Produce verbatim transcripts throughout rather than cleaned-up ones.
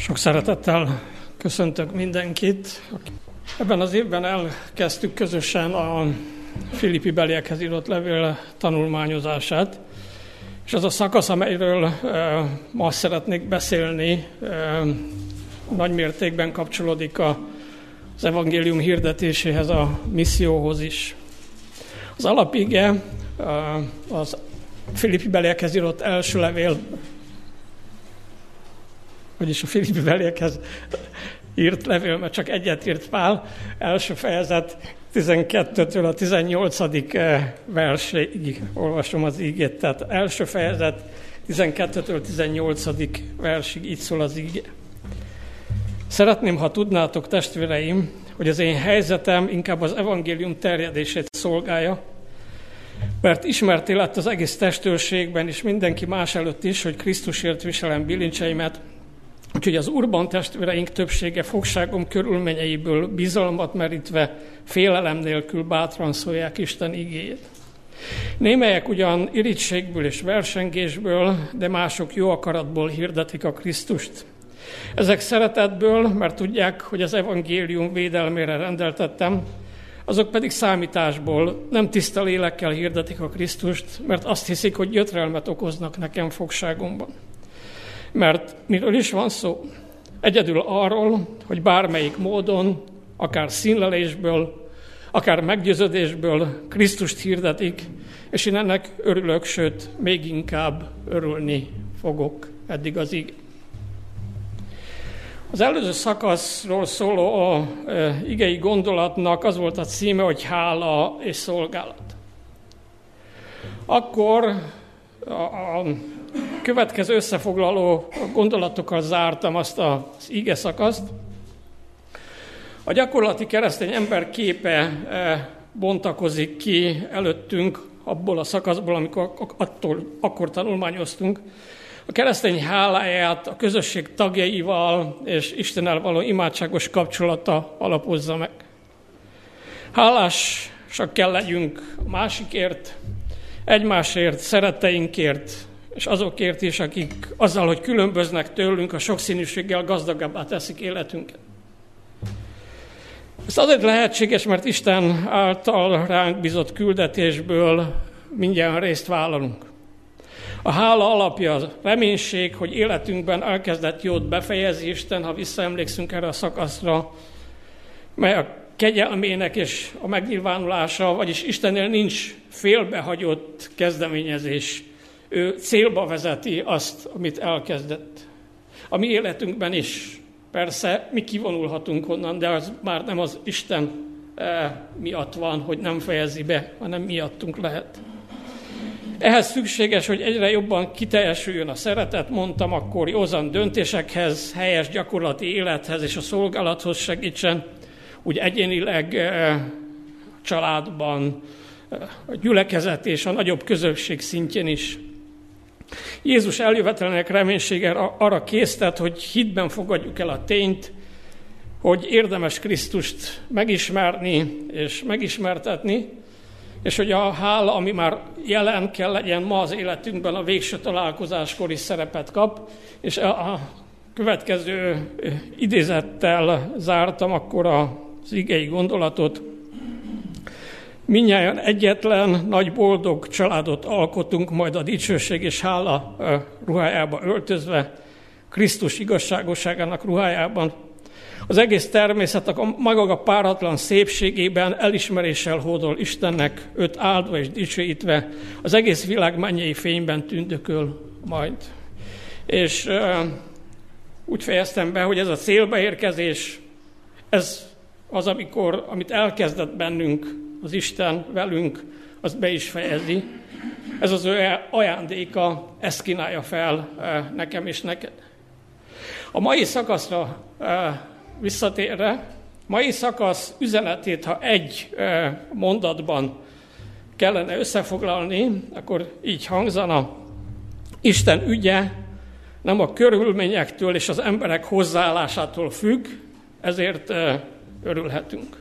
Sok szeretettel köszöntök mindenkit. Ebben az évben elkezdtük közösen a Filippi beliekhez írott levél tanulmányozását, és az a szakasz, amelyről e, ma szeretnék beszélni, e, nagy mértékben kapcsolódik az evangélium hirdetéséhez, a misszióhoz is. Az alapige e, az Filippi beliekhez írott első levél, vagyis a Filippi beliekhez írt levél, mert csak egyet írt Pál, első fejezet tizenkettőtől a tizennyolcadik verséig olvasom az ígét. Tehát első fejezet tizenkettőtől tizennyolcadik versig így szól az íge. Szeretném, ha tudnátok, testvéreim, hogy az én helyzetem inkább az evangélium terjedését szolgálja, mert ismerté lett az egész testőrségben és mindenki más előtt is, hogy Krisztusért viselem bilincseimet, úgyhogy az Urban testvéreink többsége fogságom körülményeiből bizalmat merítve, félelem nélkül bátran szólják Isten igéjét. Némelyek ugyan irigységből és versengésből, de mások jó akaratból hirdetik a Krisztust. Ezek szeretetből, mert tudják, hogy az evangélium védelmére rendeltettem, azok pedig számításból, nem tiszta lélekkel hirdetik a Krisztust, mert azt hiszik, hogy gyötrelmet okoznak nekem fogságomban. Mert miről is van szó? Egyedül arról, hogy bármelyik módon, akár színlelésből, akár meggyőződésből Krisztust hirdetik, és én ennek örülök, sőt, még inkább örülni fogok. Eddig az ig. Az előző szakaszról szóló a e, igei gondolatnak az volt a címe, hogy hála és szolgálat. Akkor a, a következő összefoglaló gondolatokkal zártam azt az ige szakaszt. A gyakorlati keresztény ember képe bontakozik ki előttünk abból a szakaszból, amikor attól, akkor tanulmányoztunk. A keresztény háláját a közösség tagjaival és Istennel való imádságos kapcsolata alapozza meg. Hálásak kell legyünk a másikért, egymásért, szeretteinkért, és azokért is, akik azzal, hogy különböznek tőlünk, a sokszínűséggel gazdagabbá teszik életünket. Ez azért lehetséges, mert Isten által ránk bízott küldetésből mindjárt részt vállalunk. A hála alapja a reménység, hogy életünkben elkezdett jót befejezi Isten, ha visszaemlékszünk erre a szakaszra, mely a kegyelmének és a megnyilvánulása, vagyis Istennél nincs félbehagyott kezdeményezés. Ő célba vezeti azt, amit elkezdett. A mi életünkben is. Persze mi kivonulhatunk onnan, de az már nem az Isten miatt van, hogy nem fejezi be, hanem miattunk lehet. Ehhez szükséges, hogy egyre jobban kiteljesüljön a szeretet, mondtam akkor, józan döntésekhez, helyes gyakorlati élethez és a szolgálathoz segítsen, úgy egyénileg, családban, a gyülekezet és a nagyobb közösség szintjén is. Jézus eljövetelének reménysége arra késztet, hogy hitben fogadjuk el a tényt, hogy érdemes Krisztust megismerni és megismertetni, és hogy a hála, ami már jelen kell legyen ma az életünkben, a végső találkozáskor is szerepet kap, és a következő idézettel zártam akkor az igei gondolatot. Mindnyájan egyetlen, nagy boldog családot alkotunk, majd a dicsőség és hála ruhájába öltözve, Krisztus igazságosságának ruhájában. Az egész természet a maga a páratlan szépségében elismeréssel hódol Istennek, őt áldva és dicsőítve, az egész világ mennyei fényben tündököl majd. És uh, úgy fejeztem be, hogy ez a célbeérkezés, ez az, amikor, amit elkezdett bennünk az Isten velünk, azt be is fejezi. Ez az ő ajándéka, ezt kínálja fel nekem és neked. A mai szakaszra visszatérve, mai szakasz üzenetét, ha egy mondatban kellene összefoglalni, akkor így hangzana: Isten ügye nem a körülményektől és az emberek hozzáállásától függ, ezért örülhetünk.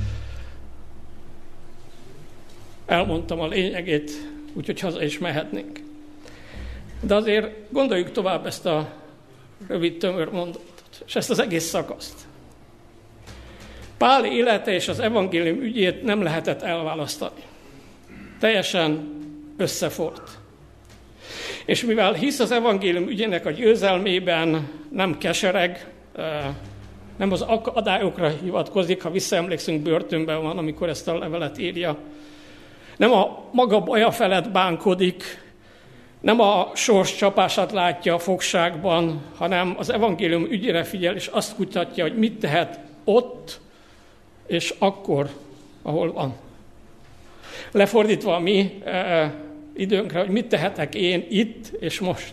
Elmondtam a lényegét, úgyhogy haza is mehetnénk. De azért gondoljuk tovább ezt a rövid, tömör mondatot. és ezt az egész szakaszt. Pál élete és az evangélium ügyét nem lehetett elválasztani. Teljesen összefort. És mivel hisz az evangélium ügyének a győzelmében, nem kesereg, nem az akadályokra hivatkozik, ha visszaemlékszünk, börtönben van, amikor ezt a levelet írja. Nem a maga baja felett bánkodik, nem a sors csapását látja a fogságban, hanem az evangélium ügyére figyel, és azt kutatja, hogy mit tehet ott, és akkor, ahol van. Lefordítva a mi e, időnkre, hogy mit tehetek én itt és most.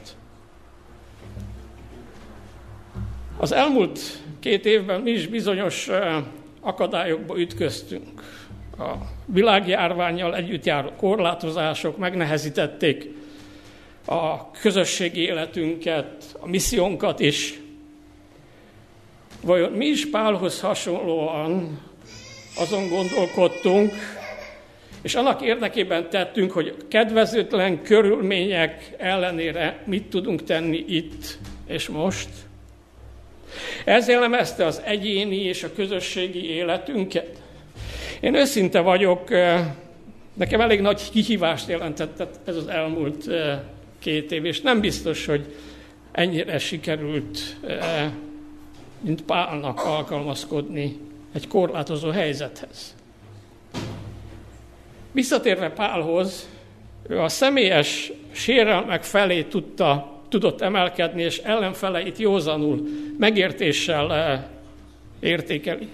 Az elmúlt két évben mi is bizonyos e, akadályokba ütköztünk. A világjárvánnyal együtt járó korlátozások megnehezítették a közösségi életünket, a missziónkat is. Vajon mi is Pálhoz hasonlóan azon gondolkodtunk, és annak érdekében tettünk, hogy kedvezőtlen körülmények ellenére mit tudunk tenni itt és most? Ez jellemezte az egyéni és a közösségi életünket. Én őszinte vagyok, nekem elég nagy kihívást jelentett ez az elmúlt két év, és nem biztos, hogy ennyire sikerült, mint Pálnak alkalmazkodni egy korlátozó helyzethez. Visszatérve Pálhoz, ő a személyes sérelmek felé tudta, tudott emelkedni, és ellenfeleit józanul, megértéssel értékeli.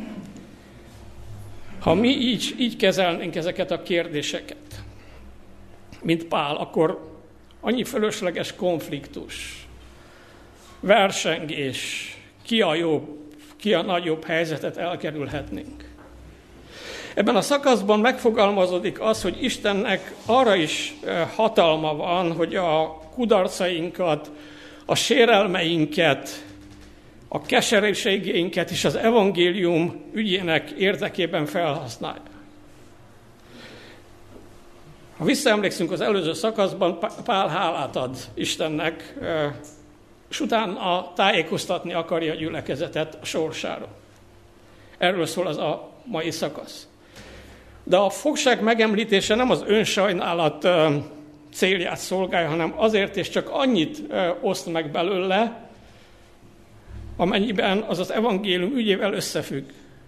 Ha mi így, így kezelnénk ezeket a kérdéseket, mint Pál, akkor annyi fölösleges konfliktus, versengés, ki a jobb, ki a nagyobb helyzetet elkerülhetnénk. Ebben a szakaszban megfogalmazódik az, hogy Istennek arra is hatalma van, hogy a kudarcainkat, a sérelmeinket, a keserűségeinket is az evangélium ügyének érdekében felhasználja. Ha visszaemlékszünk az előző szakaszban, Pál hálát ad Istennek, és utána tájékoztatni akarja a gyülekezetet a sorsáról. Erről szól az a mai szakasz. De a fogság megemlítése nem az önsajnálat célját szolgálja, hanem azért és csak annyit oszt meg belőle, amennyiben az az evangélium ügyével összefügg.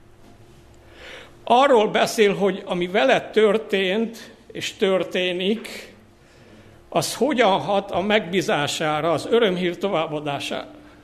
Arról beszél, hogy ami vele történt és történik, az hogyan hat a megbízására, az örömhír továbbadására.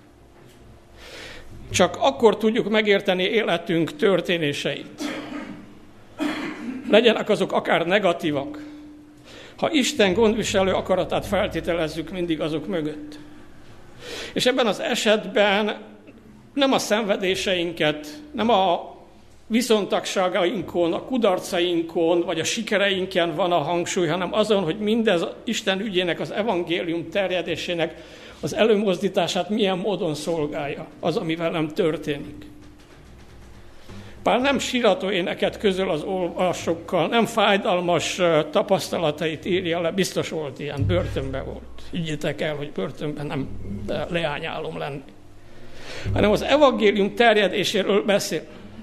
Csak akkor tudjuk megérteni életünk történéseit. Legyenek azok akár negatívak, ha Isten gondviselő akaratát feltételezzük mindig azok mögött. És ebben az esetben nem a szenvedéseinket, nem a viszontagságainkon, a kudarcainkon, vagy a sikereinken van a hangsúly, hanem azon, hogy mindez Isten ügyének, az evangélium terjedésének az előmozdítását milyen módon szolgálja az, ami velem történik. Pál nem sírató éneket közöl az olvasókkal, nem fájdalmas tapasztalatait írja le, biztos volt ilyen, börtönben volt. Higgyétek el, hogy börtönben nem leányálom lenni. Hanem az evangélium terjedéséről beszél.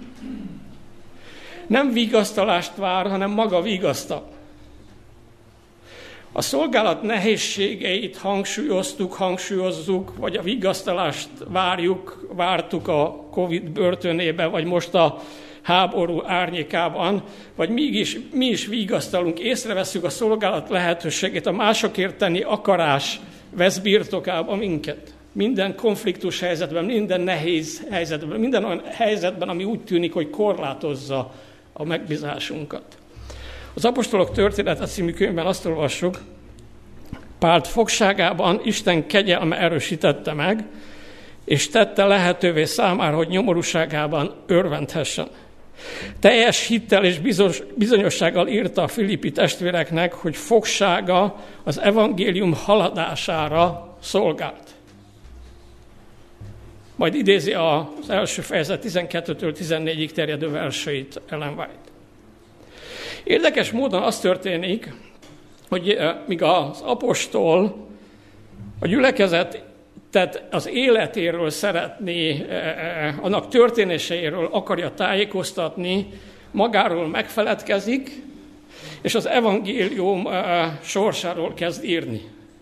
Nem vigasztalást vár, hanem maga vigasztal. A szolgálat nehézségeit hangsúlyoztuk, hangsúlyozzuk, vagy a vigasztalást várjuk, vártuk a Covid börtönében, vagy most a háború árnyékában, vagy mégis mi is vigasztalunk, észreveszünk a szolgálat lehetőségét, a másokért tenni akarás vesz birtokába minket. Minden konfliktus helyzetben, minden nehéz helyzetben, minden olyan helyzetben, ami úgy tűnik, hogy korlátozza a megbízásunkat. Az Apostolok története című könyvben azt olvassuk, Pált fogságában Isten kegyelme erősítette meg, és tette lehetővé számára, hogy nyomorúságában örvendhessen. Teljes hittel és bizonyossággal írta a filippi testvéreknek, hogy fogsága az evangélium haladására szolgált. Majd idézi az első fejezet tizenkettőtől tizennégyig terjedő verseit Ellen White. Érdekes módon az történik, hogy míg az apostol a gyülekezet Tehát az életéről szeretné, annak történéseiről akarja tájékoztatni, magáról megfeledkezik, és az evangélium sorsáról kezd írni.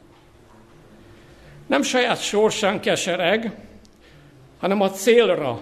Nem saját sorsán kesereg, hanem a célra.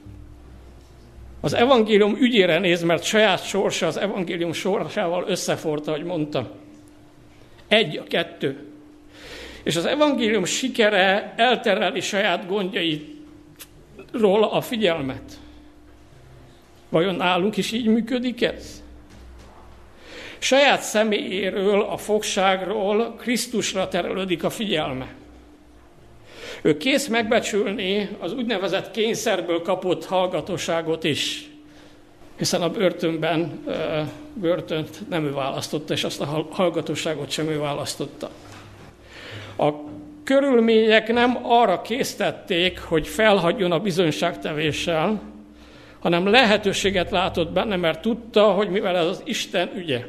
Az evangélium ügyére néz, mert saját sorsa az evangélium sorsával összeforta, ahogy mondta. Egy a kettő. És az evangélium sikere eltereli saját gondjairól a figyelmet. Vajon nálunk is így működik ez? Saját személyéről, a fogságról Krisztusra terelődik a figyelme. Ő kész megbecsülni az úgynevezett kényszerből kapott hallgatóságot is, hiszen a börtönben börtönt nem ő választotta, és azt a hallgatóságot sem ő választotta. A körülmények nem arra késztették, hogy felhagyjon a bizonyságtevéssel, hanem lehetőséget látott benne, mert tudta, hogy mivel ez az Isten ügye.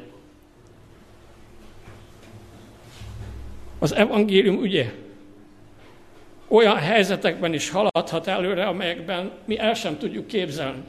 Az evangélium ügye olyan helyzetekben is haladhat előre, amelyekben mi el sem tudjuk képzelni.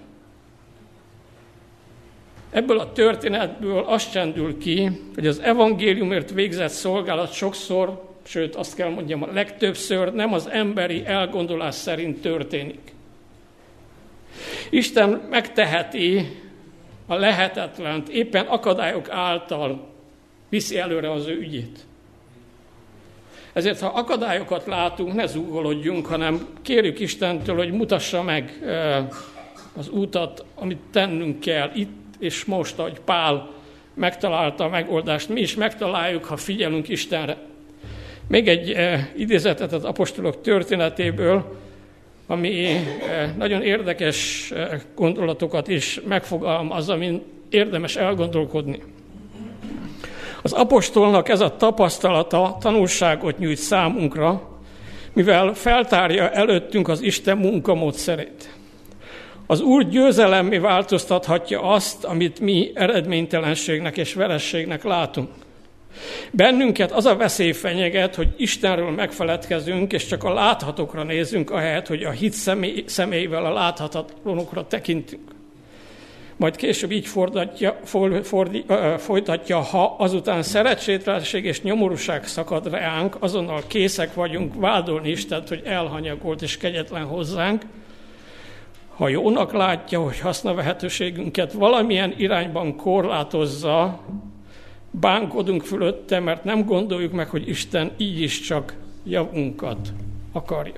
Ebből a történetből azt csendül ki, hogy az evangéliumért végzett szolgálat sokszor, sőt azt kell mondjam, a legtöbbször nem az emberi elgondolás szerint történik. Isten megteheti a lehetetlent, éppen akadályok által viszi előre az ő ügyét. Ezért, ha akadályokat látunk, ne zúgolódjunk, hanem kérjük Istentől, hogy mutassa meg az útat, amit tennünk kell itt és most, ahogy Pál megtalálta a megoldást. Mi is megtaláljuk, ha figyelünk Istenre. Még egy idézetet az apostolok történetéből, ami nagyon érdekes gondolatokat is megfogalmaz, amin érdemes elgondolkodni. Az apostolnak ez a tapasztalata tanulságot nyújt számunkra, mivel feltárja előttünk az Isten munkamódszerét. Az Úr győzelemmé változtathatja azt, amit mi eredménytelenségnek és verességnek látunk. Bennünket az a veszély fenyeget, hogy Istenről megfeledkezünk, és csak a láthatókra nézünk, ahelyett, hogy a hit személy, személyével a láthatatlanokra tekintünk. Majd később így fordatja, for, for, folytatja, ha azután szerencsétlenség és nyomorúság szakad reánk, azonnal készek vagyunk vádolni Istent, hogy elhanyagolt és kegyetlen hozzánk. Ha jónak látja, hogy hasznavehetőségünket valamilyen irányban korlátozza, bánkodunk fölötte, mert nem gondoljuk meg, hogy Isten így is csak javunkat akarja.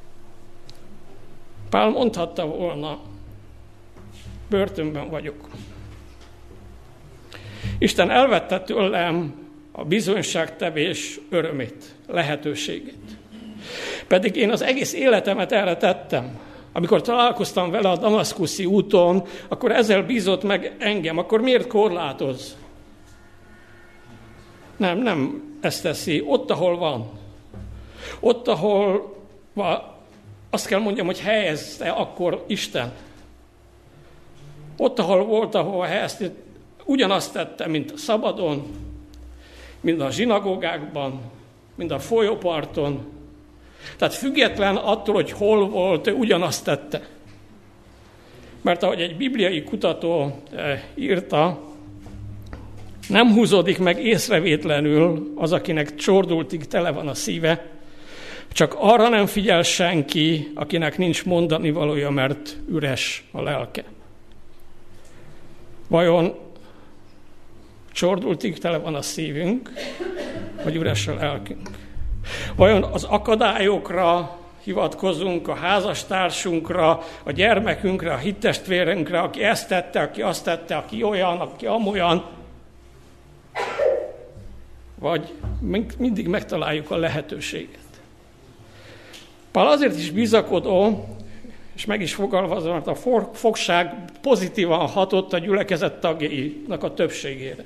Pál mondhatta volna, börtönben vagyok. Isten elvette tőlem a bizonyságtevés örömét, lehetőségét. Pedig én az egész életemet erre tettem. Amikor találkoztam vele a damaszkuszi úton, akkor ezzel bízott meg engem. Akkor miért korlátoz? Nem, nem ezt teszi. Ott, ahol van. Ott, ahol van, azt kell mondjam, hogy helyezte akkor Isten. Ott, ahol volt, ahol helyezte, ugyanazt tette, mint a szabadon, mint a zsinagógákban, mint a folyóparton. Tehát független attól, hogy hol volt, ő ugyanazt tette. Mert ahogy egy bibliai kutató írta, nem húzódik meg észrevétlenül az, akinek csordultig tele van a szíve, csak arra nem figyel senki, akinek nincs mondani valója, mert üres a lelke. Vajon csordultig tele van a szívünk, vagy üres a lelkünk? Vajon az akadályokra hivatkozunk, a házastársunkra, a gyermekünkre, a hittestvérünkre, aki ezt tette, aki azt tette, aki olyan, aki amolyan, vagy mindig megtaláljuk a lehetőséget? Pál azért is bizakodó, és meg is fogalmazom, mert a fogság pozitívan hatott a gyülekezet tagjainak a többségére.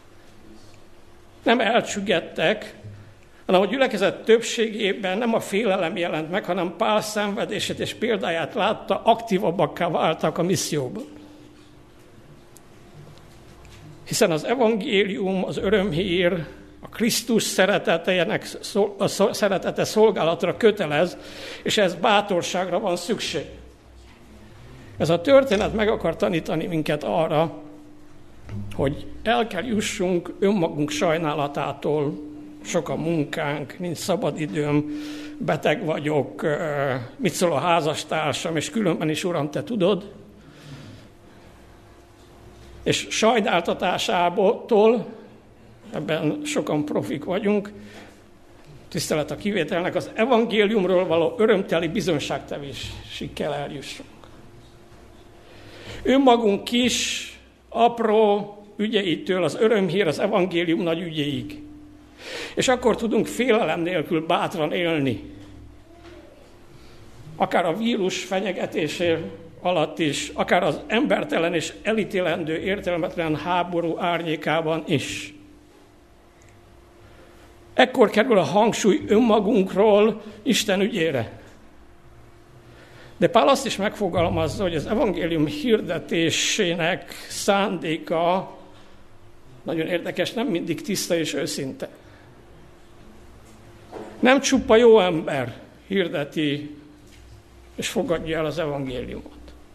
Nem elcsüggettek, hanem a gyülekezet többségében nem a félelem jelent meg, hanem Pál szenvedését és példáját látta, aktívabbakká váltak a misszióban. Hiszen az evangélium, az örömhír a Krisztus szeretetének, a szeretete szolgálatra kötelez, és ez bátorságra van szükség. Ez a történet meg akar tanítani minket arra, hogy el kell jussunk önmagunk sajnálatától, sok a munkánk, nincs szabad időm, beteg vagyok, mit szól a házastársam, és különben is, Uram, te tudod. És sajnáltatásától, ebben sokan profik vagyunk, tisztelet a kivételnek, az evangéliumról való örömteli bizonságtevésig kell eljussunk. Önmagunk kis, apró ügyeitől az örömhír, az evangélium nagy ügyéig. És akkor tudunk félelem nélkül bátran élni. Akár a vírus fenyegetésé alatt is, akár az embertelen és elítélendő értelmetlen háború árnyékában is. Ekkor kerül a hangsúly önmagunkról Isten ügyére. De Pál azt is megfogalmazza, hogy az evangélium hirdetésének szándéka nagyon érdekes, nem mindig tiszta és őszinte. Nem csupa jó ember hirdeti és fogadja el az evangéliumot.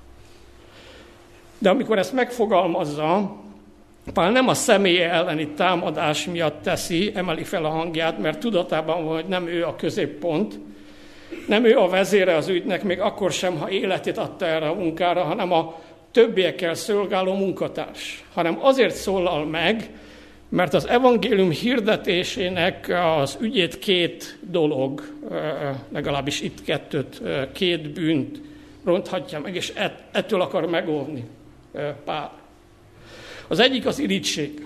De amikor ezt megfogalmazza, Pál nem a személye elleni támadás miatt teszi, emeli fel a hangját, mert tudatában van, hogy nem ő a középpont, nem ő a vezére az ügynek, még akkor sem, ha életét adta erre a munkára, hanem a többiekkel szolgáló munkatárs. Hanem azért szólal meg, mert az evangélium hirdetésének az ügyét két dolog, legalábbis itt kettőt, két bűnt ronthatja meg, és ettől akar megóvni Pál. Az egyik az irigység.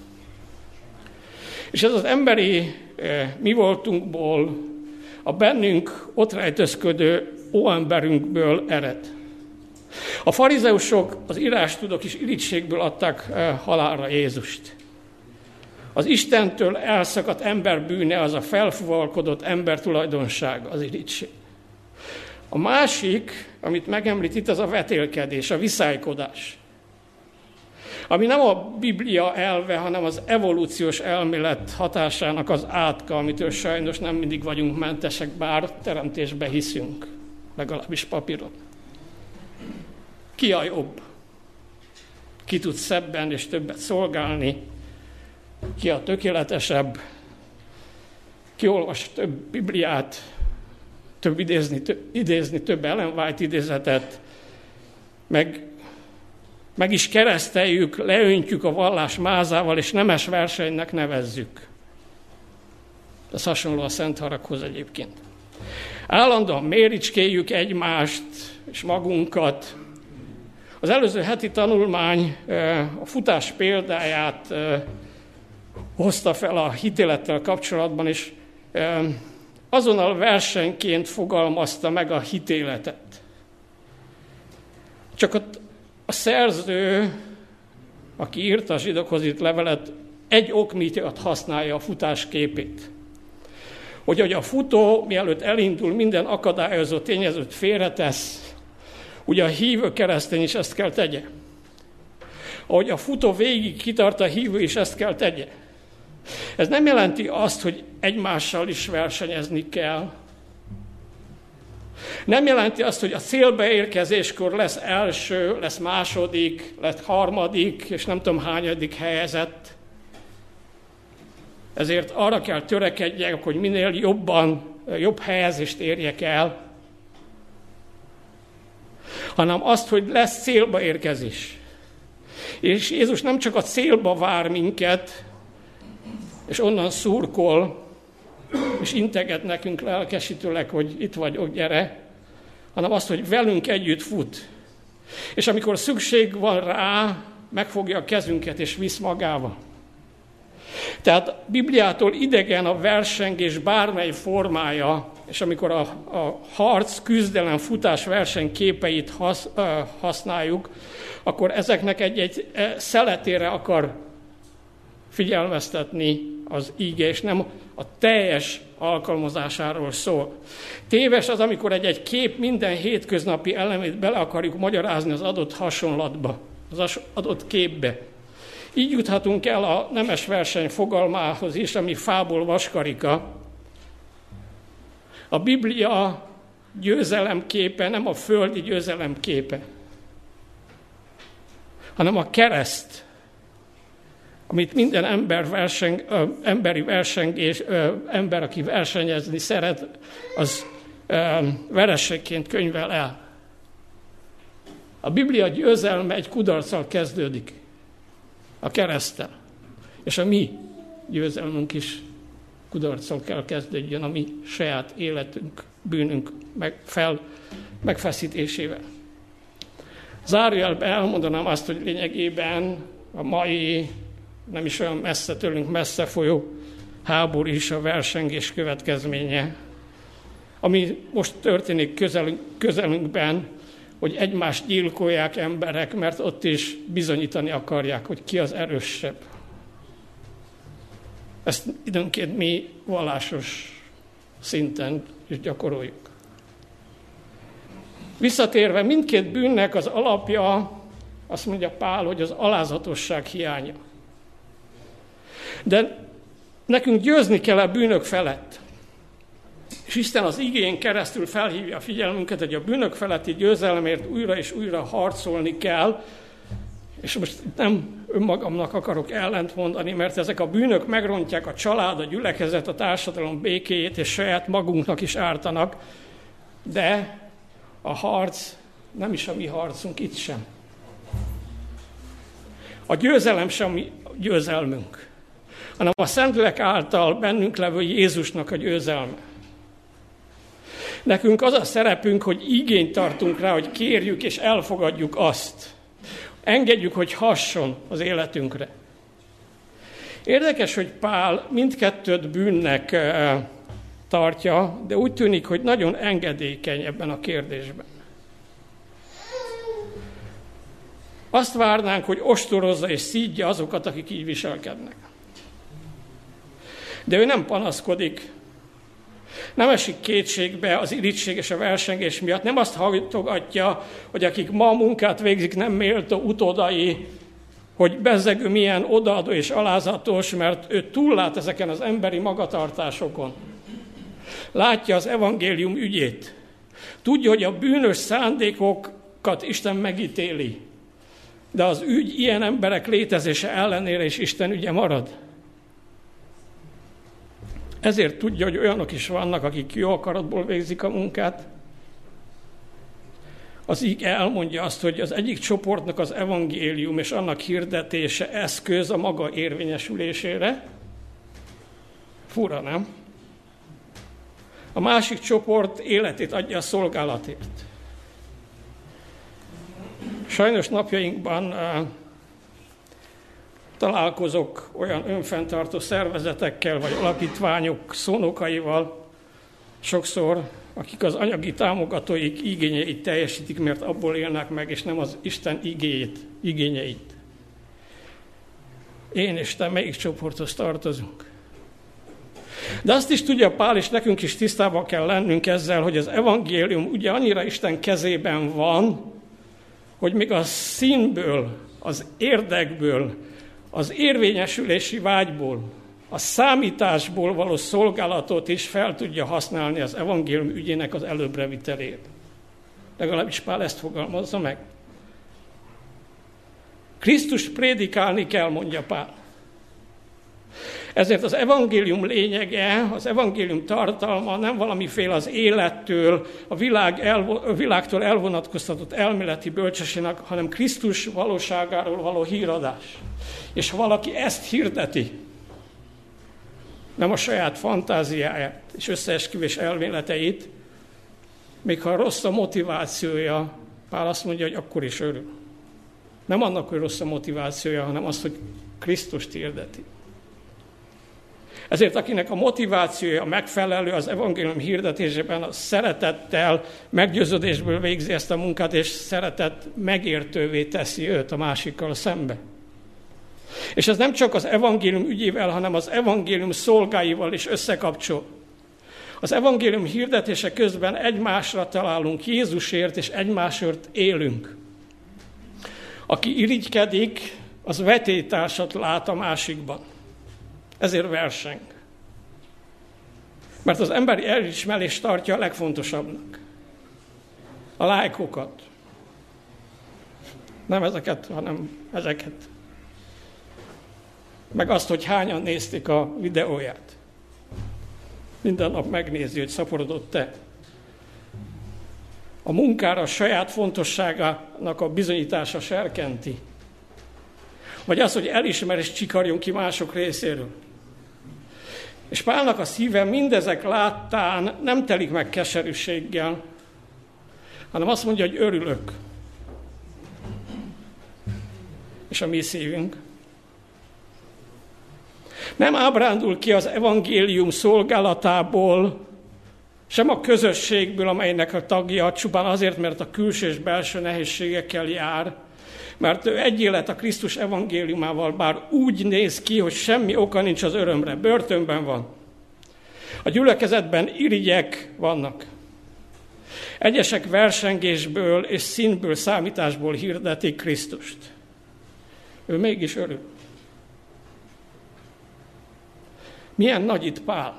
És ez az emberi mi voltunkból, a bennünk ott rejtőzködő óemberünkből ered. A farizeusok, az írástudók is irigységből adták halálra Jézust. Az Istentől elszakadt ember bűne az a felfuvalkodott ember tulajdonság, az irigység. A másik, amit megemlít itt, az a vetélkedés, a viszálykodás. Ami nem a Biblia elve, hanem az evolúciós elmélet hatásának az átka, amitől sajnos nem mindig vagyunk mentesek, bár teremtésbe hiszünk, legalábbis papíron. Ki a jobb? Ki tud szebben és többet szolgálni? Ki a tökéletesebb? Ki olvas több Bibliát, több idézni, több, idézni több Ellen White idézetet, meg Meg is kereszteljük, leöntjük a vallás mázával, és nemes versenynek nevezzük. Ez hasonló a szent haraghoz egyébként. Állandóan méricskéljük egymást és magunkat. Az előző heti tanulmány a futás példáját hozta fel a hitélettel kapcsolatban, és azonnal versenyként fogalmazta meg a hitéletet. Csak ott a szerző, aki írta a zsidókhoz írt levelet, egy ok miatt használja a futás képét. Hogy, hogy a futó, mielőtt elindul, minden akadályozó tényezőt félretesz, ugye a hívő keresztény is ezt kell tegye. Ahogy a futó végig kitart, a hívő is ezt kell tegye. Ez nem jelenti azt, hogy egymással is versenyezni kell. Nem jelenti azt, hogy a célbeérkezéskor lesz első, lesz második, lesz harmadik, és nem tudom hányadik helyezett. Ezért arra kell törekedjek, hogy minél jobban, jobb helyezést érjek el, hanem azt, hogy lesz célbaérkezés. És Jézus nem csak a célba vár minket, és onnan szurkol, és integet nekünk lelkesítőleg, hogy itt vagyok, gyere, hanem azt, hogy velünk együtt fut. És amikor szükség van rá, megfogja a kezünket és visz magával. Tehát Bibliától idegen a versengés bármely formája, és amikor a, a harc, küzdelem, futás, verseny képeit hasz, uh, használjuk, akkor ezeknek egy-egy szeletére akar figyelmeztetni az íge, és nem a teljes alkalmazásáról szól. Téves az, amikor egy-egy kép minden hétköznapi elemét bele akarjuk magyarázni az adott hasonlatba, az adott képbe. Így juthatunk el a nemes verseny fogalmához is, ami fából vaskarika. A Biblia győzelemképe nem a földi győzelem képe, hanem a kereszt, amit minden ember verseng, ö, emberi versengés, ö, ember, aki versenyezni szeret, az ö, vereségként könyvel el. A Biblia győzelme egy kudarccal kezdődik, a kereszttel. És a mi győzelmünk is kudarccal kell kezdődjön, a mi saját életünk, bűnünk meg, fel, megfeszítésével. Zárójelben elmondanám azt, hogy lényegében a mai, nem is olyan messze tőlünk messze folyó háború is a versengés következménye. Ami most történik közelünk, közelünkben, hogy egymást gyilkolják emberek, mert ott is bizonyítani akarják, hogy ki az erősebb. Ezt időnként mi vallásos szinten is gyakoroljuk. Visszatérve, mindkét bűnnek az alapja, azt mondja Pál, hogy az alázatosság hiánya. De nekünk győzni kell a bűnök felett. És Isten az igén keresztül felhívja a figyelmünket, hogy a bűnök feletti győzelemért újra és újra harcolni kell, és most nem önmagamnak akarok ellent mondani, mert ezek a bűnök megrontják a család, a gyülekezet, a társadalom békéjét, és saját magunknak is ártanak, de a harc nem is a mi harcunk, itt sem. A győzelem sem mi győzelmünk, hanem a Szentlélek által bennünk levő Jézusnak a győzelme. Nekünk az a szerepünk, hogy igényt tartunk rá, hogy kérjük és elfogadjuk azt. Engedjük, hogy hasson az életünkre. Érdekes, hogy Pál mindkettőt bűnnek tartja, de úgy tűnik, hogy nagyon engedékeny ebben a kérdésben. Azt várnánk, hogy ostorozza és szídja azokat, akik így viselkednek. De ő nem panaszkodik, nem esik kétségbe az irigység és a versengés miatt, nem azt hajtogatja, hogy akik ma a munkát végzik, nem méltó utódai, hogy bezzeg ő milyen odaadó és alázatos, mert ő túllát ezeken az emberi magatartásokon. Látja az evangélium ügyét. Tudja, hogy a bűnös szándékokat Isten megítéli, de az ügy ilyen emberek létezése ellenére is Isten ügye marad. Ezért tudja, hogy olyanok is vannak, akik jó akaratból végzik a munkát. Az ige elmondja azt, hogy az egyik csoportnak az evangélium és annak hirdetése eszköz a maga érvényesülésére. Fura, nem? A másik csoport életét adja a szolgálatért. Sajnos napjainkban uh, találkozok olyan önfenntartó szervezetekkel, vagy alapítványok szónokaival sokszor, akik az anyagi támogatóik igényeit teljesítik, mert abból élnek meg, és nem az Isten igéjét, igényeit. Én és te melyik csoporthoz tartozunk? De azt is tudja Pál, és nekünk is tisztában kell lennünk ezzel, hogy az evangélium ugye annyira Isten kezében van, hogy még a színből, az érdekből, az érvényesülési vágyból, a számításból való szolgálatot is fel tudja használni az evangélium ügyének az előbbrevitelét. Legalábbis Pál ezt fogalmazza meg. Krisztust prédikálni kell, mondja Pál. Ezért az evangélium lényege, az evangélium tartalma nem valamiféle az élettől, a, világ elvo, a világtól elvonatkoztatott elméleti bölcsességnek, hanem Krisztus valóságáról való híradás. És ha valaki ezt hirdeti, nem a saját fantáziáját és összeesküvés elméleteit, még ha rossz a motivációja, Pál azt mondja, hogy akkor is örül. Nem annak, hogy rossz a motivációja, hanem az, hogy Krisztust hirdeti. Ezért akinek a motivációja megfelelő az evangélium hirdetésében, a szeretettel, meggyőződésből végzi ezt a munkát, és szeretet megértővé teszi őt a másikkal szembe. És ez nem csak az evangélium ügyével, hanem az evangélium szolgáival is összekapcsol. Az evangélium hirdetése közben egymásra találunk, Jézusért és egymásért élünk. Aki irigykedik, az vetélytársat lát a másikban. Ezért verseng. Mert az emberi elismerést tartja a legfontosabbnak. A lájkokat. Nem ezeket, hanem ezeket. Meg azt, hogy hányan nézték a videóját. Minden nap megnézi, hogy szaporodott-e. A munkára a saját fontosságának a bizonyítása serkenti. Vagy az, hogy elismerést csikarjon ki mások részéről. És Pálnak a szíve mindezek láttán nem telik meg keserűséggel, hanem azt mondja, hogy örülök. És a mi szívünk nem ábrándul ki az evangélium szolgálatából, sem a közösségből, amelynek a tagja, csupán azért, mert a külső és belső nehézségekkel jár, mert ő egy élet a Krisztus evangéliumával, bár úgy néz ki, hogy semmi oka nincs az örömre, börtönben van. A gyülekezetben irigyek vannak. Egyesek versengésből és színből, számításból hirdetik Krisztust. Ő mégis örül. Milyen nagy itt Pál?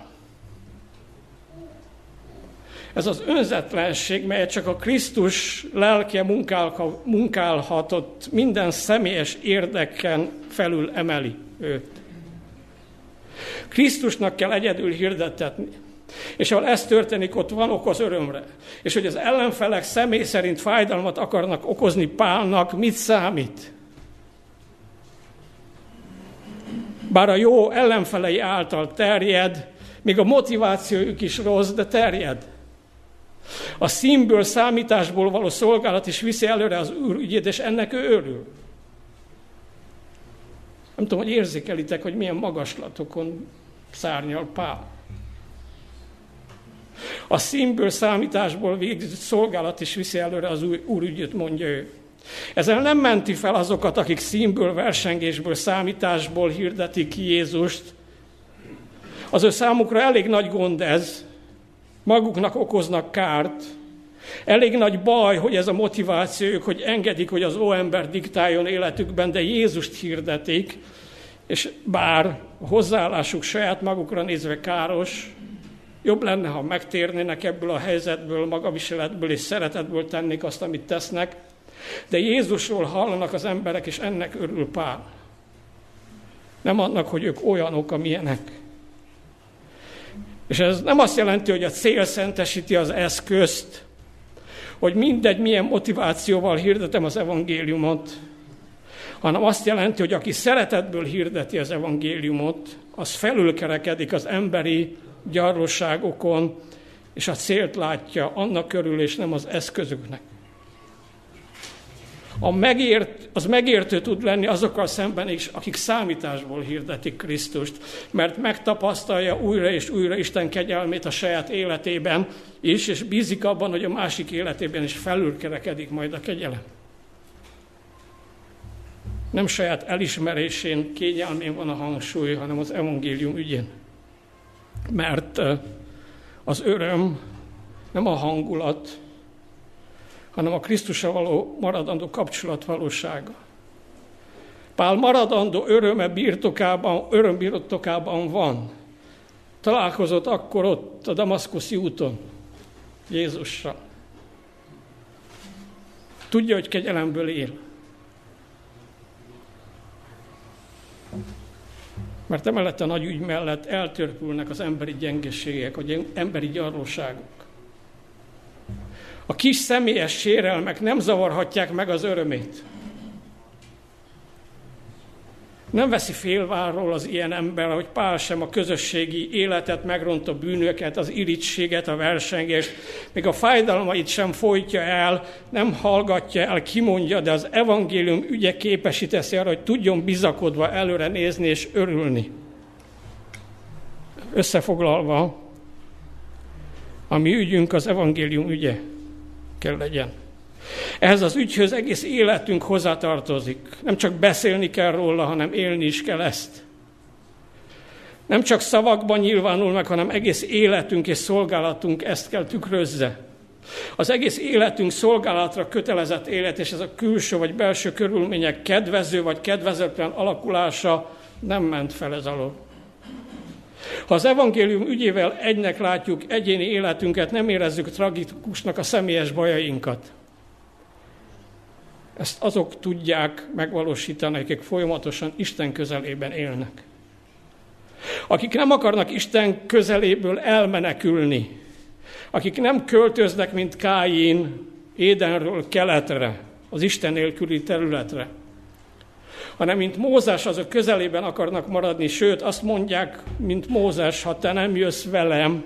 Ez az önzetlenség, melyet csak a Krisztus lelke munkálhatott, minden személyes érdeken felül emeli őt. Krisztusnak kell egyedül hirdettetni. És ahol ez történik, ott van ok az örömre. És hogy az ellenfelek személy szerint fájdalmat akarnak okozni Pálnak, mit számít? Bár a jó ellenfelei által terjed, még a motivációjuk is rossz, de terjed. A színből, számításból való szolgálat is viszi előre az Úr ügyét, és ennek ő örül. Nem tudom, hogy érzékelitek, hogy milyen magaslatokon szárnyal Pál. A színből, számításból végzett szolgálat is viszi előre az Úr ügyét, mondja ő. Ezzel nem menti fel azokat, akik színből, versengésből, számításból hirdetik ki Jézust. Az ő számukra elég nagy gond ez, maguknak okoznak kárt. Elég nagy baj, hogy ez a motivációjuk, hogy engedik, hogy az óember diktáljon életükben, de Jézust hirdetik, és bár a hozzáállásuk saját magukra nézve káros, jobb lenne, ha megtérnének ebből a helyzetből, magaviseletből és szeretetből tennék azt, amit tesznek, de Jézusról hallanak az emberek, és ennek örül Pál. Nem annak, hogy ők olyanok, amilyenek. És ez nem azt jelenti, hogy a cél szentesíti az eszközt, hogy mindegy, milyen motivációval hirdetem az evangéliumot, hanem azt jelenti, hogy aki szeretetből hirdeti az evangéliumot, az felülkerekedik az emberi gyarlóságokon, és a célt látja annak körül, és nem az eszközöknek. A megért, az megértő tud lenni azokkal szemben is, akik számításból hirdetik Krisztust, mert megtapasztalja újra és újra Isten kegyelmét a saját életében is, és bízik abban, hogy a másik életében is felülkerekedik majd a kegyelem. Nem saját elismerésén, kényelmén van a hangsúly, hanem az evangélium ügyén. Mert az öröm nem a hangulat, hanem a Krisztussal való maradandó kapcsolat valósága. Pál maradandó öröme birtokában, öröm birtokában van. Találkozott akkor ott a damaszkuszi úton Jézussal. Tudja, hogy kegyelemből él. Mert emellett a nagy ügy mellett eltörpülnek az emberi gyengeségek, az emberi gyarlóságok. A kis személyes sérelmek nem zavarhatják meg az örömét. Nem veszi félváról az ilyen ember, hogy Pál sem a közösségi életet megrontó bűnöket, az irigységet, a versengést, még a fájdalmait sem folytja el, nem hallgatja el, kimondja, de az evangélium ügye képesíteszi arra, hogy tudjon bizakodva előre nézni és örülni. Összefoglalva, a mi ügyünk az evangélium ügye kell legyen. Ehhez az ügyhöz egész életünk hozzátartozik. Nem csak beszélni kell róla, hanem élni is kell ezt. Nem csak szavakban nyilvánul meg, hanem egész életünk és szolgálatunk ezt kell tükrözze. Az egész életünk szolgálatra kötelezett élet, és ez a külső vagy belső körülmények kedvező vagy kedvezőtlen alakulása nem ment fel ez alól. Ha az evangélium ügyével egynek látjuk egyéni életünket, nem érezzük tragikusnak a személyes bajainkat. Ezt azok tudják megvalósítani, akik folyamatosan Isten közelében élnek. Akik nem akarnak Isten közeléből elmenekülni, akik nem költöznek, mint Káin, Édenről keletre, az Isten nélküli területre, hanem mint Mózes azok közelében akarnak maradni, sőt azt mondják, mint Mózes, ha te nem jössz velem,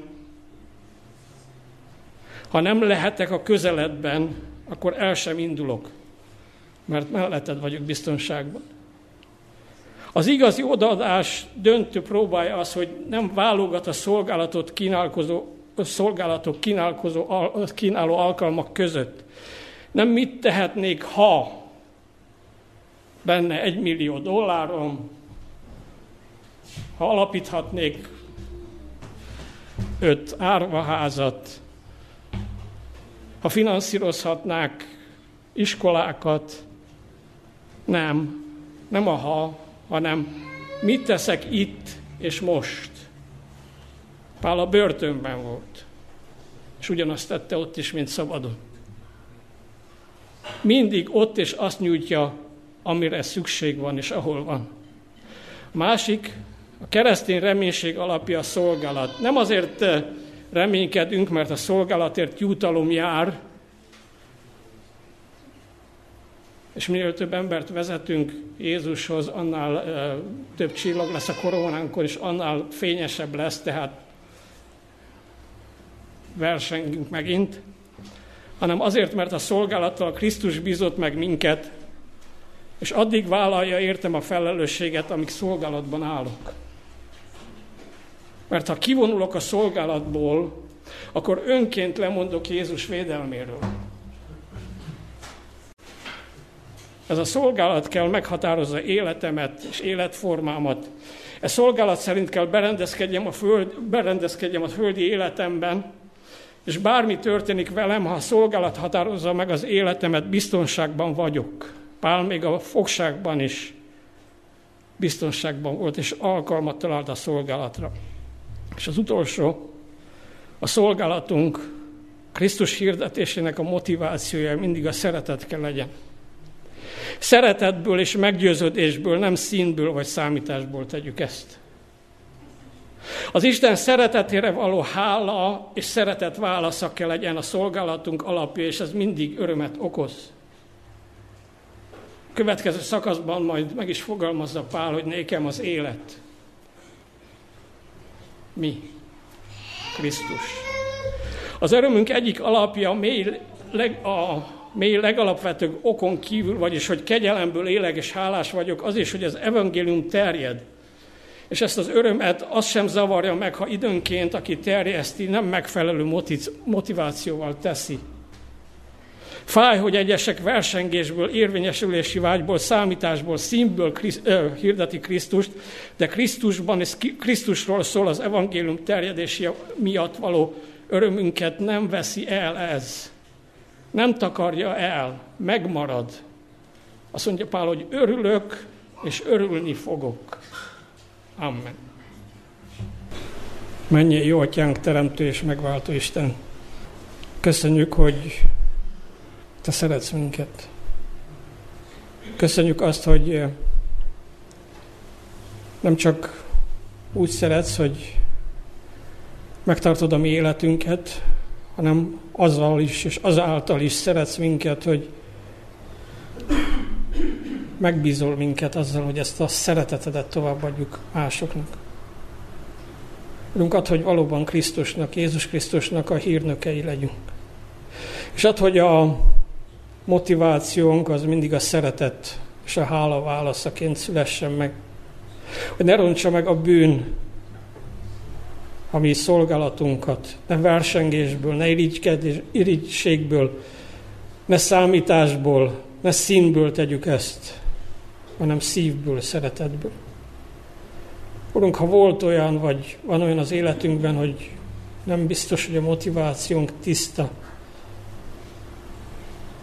ha nem lehetek a közeledben, akkor el sem indulok, mert melletted vagyok biztonságban. Az igazi odaadás döntő próbája az, hogy nem válogat a szolgálatot kínálkozó, a szolgálatok kínálkozó, kínáló alkalmak között. Nem mit tehetnék, ha benne egy millió dollárom, ha alapíthatnék öt árvaházat, ha finanszírozhatnák iskolákat. Nem, nem a ha, hanem mit teszek itt és most. Pál a börtönben volt, és ugyanazt tette ott is, mint szabadon. Mindig ott és azt nyújtja, amire szükség van és ahol van. A másik, a keresztény reménység alapja a szolgálat. Nem azért reménykedünk, mert a szolgálatért jutalom jár, és minél több embert vezetünk Jézushoz, annál uh, több csillag lesz a koronánkon, és annál fényesebb lesz, tehát versengünk megint, hanem azért, mert a szolgálattal Krisztus bízott meg minket, és addig vállalja értem a felelősséget, amíg szolgálatban állok. Mert ha kivonulok a szolgálatból, akkor önként lemondok Jézus védelméről. Ez a szolgálat kell meghatározza életemet és életformámat. Ez szolgálat szerint kell berendezkedjem a, föld, berendezkedjem a földi életemben, és bármi történik velem, ha a szolgálat határozza meg az életemet, biztonságban vagyok. Pál még a fogságban is biztonságban volt, és alkalmat talált a szolgálatra. És az utolsó, a szolgálatunk Krisztus hirdetésének a motivációja mindig a szeretet kell legyen. Szeretetből és meggyőződésből, nem színből vagy számításból tegyük ezt. Az Isten szeretetére való hála és szeretet válasza kell legyen a szolgálatunk alapja, és ez mindig örömet okoz. A következő szakaszban majd meg is fogalmazza Pál, hogy nékem az élet. Mi? Krisztus. Az örömünk egyik alapja mély, leg, a mély legalapvetőbb okon kívül, vagyis hogy kegyelemből élek és hálás vagyok, az is, hogy az evangélium terjed. És ezt az örömet az sem zavarja meg, ha időnként, aki terjeszti, nem megfelelő motivációval teszi. Fáj, hogy egyesek versengésből, érvényesülési vágyból, számításból, színből Kriszt, ö, hirdeti Krisztust, de Krisztusban és Krisztusról szól az evangélium terjedési miatt való örömünket nem veszi el ez. Nem takarja el, megmarad. Azt mondja Pál, hogy örülök, és örülni fogok. Amen. Menjél, jó atyánk, teremtő és megváltó Isten. Köszönjük, hogy te szeretsz minket. Köszönjük azt, hogy nem csak úgy szeretsz, hogy megtartod a mi életünket, hanem azzal is, és azáltal is szeretsz minket, hogy megbízol minket azzal, hogy ezt a szeretetedet továbbadjuk másoknak. Urunk, add, hogy valóban Krisztusnak, Jézus Krisztusnak a hírnökei legyünk. És add, hogy a motivációnk az mindig a szeretet és a hála válaszaként szülessen meg. Hogy ne rontsa meg a bűn a mi szolgálatunkat, ne versengésből, ne irigységből, ne számításból, ne színből tegyük ezt, hanem szívből, szeretetből. Urunk, ha volt olyan, vagy van olyan az életünkben, hogy nem biztos, hogy a motivációnk tiszta,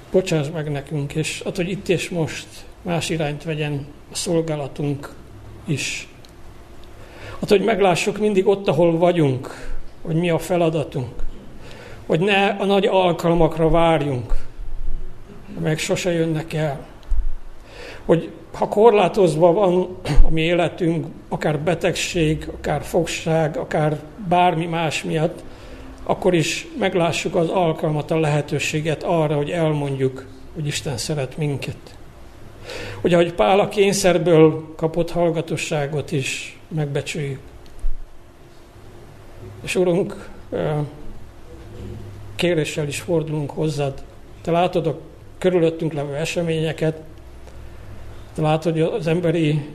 Bocsáss meg nekünk, és attól, hogy itt és most más irányt vegyen a szolgálatunk is. Attól, hogy meglássuk mindig ott, ahol vagyunk, hogy mi a feladatunk. Hogy ne a nagy alkalmakra várjunk, amelyek sose jönnek el. Hogy ha korlátozva van a mi életünk, akár betegség, akár fogság, akár bármi más miatt, akkor is meglássuk az alkalmat, a lehetőséget arra, hogy elmondjuk, hogy Isten szeret minket. Hogy ahogy Pál a kényszerből kapott hallgatosságot is megbecsüljük. És Urunk, kéréssel is fordulunk hozzád. Te látod a körülöttünk levő eseményeket, te látod, hogy az emberi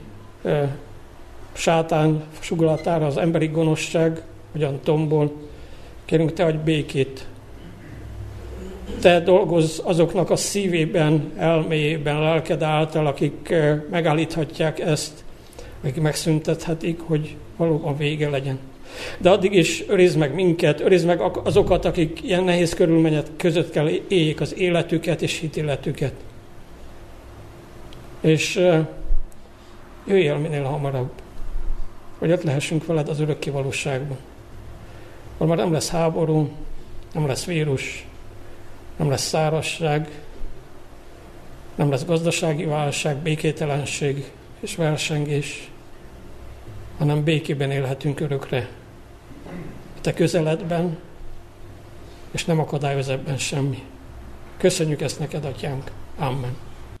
sátán sugalatára az emberi gonoszság hogyan tombol. Kérünk, te adj békét. Te dolgozz azoknak a szívében, elméjében, lelked által, akik megállíthatják ezt, akik megszüntethetik, hogy valóban vége legyen. De addig is őrizd meg minket, őrizd meg azokat, akik ilyen nehéz körülmények között kell éljék az életüket és hitéletüket. És jöjj el minél hamarabb, hogy ott lehessünk veled az örökké valóságban. Ahol már nem lesz háború, nem lesz vírus, nem lesz szárazság, nem lesz gazdasági válság, békételenség és versengés, hanem békében élhetünk örökre. Te közeledben, és nem akadályoz ebben semmi. Köszönjük ezt neked, Atyánk. Amen.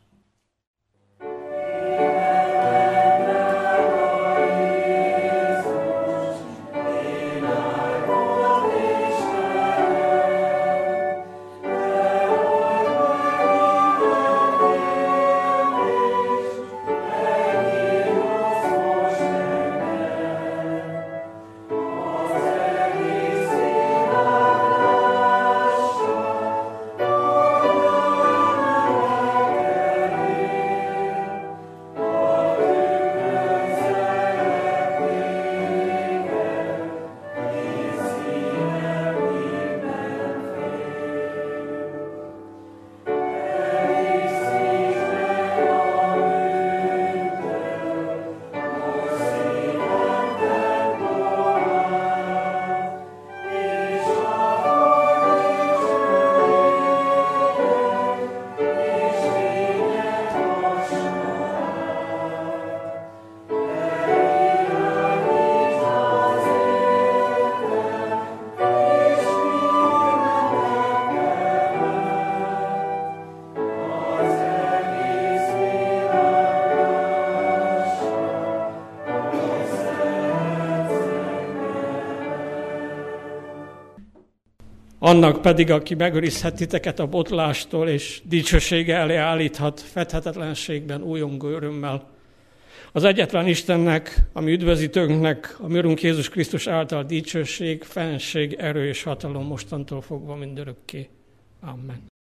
Annak pedig, aki megőrizhet titeket a botlástól, és dicsősége elé állíthat fedhetetlenségben újongó örömmel. Az egyetlen Istennek, a mi üdvözítőnknek, a mi Urunk Jézus Krisztus által dicsőség, fenség, erő és hatalom mostantól fogva mindörökké. Amen.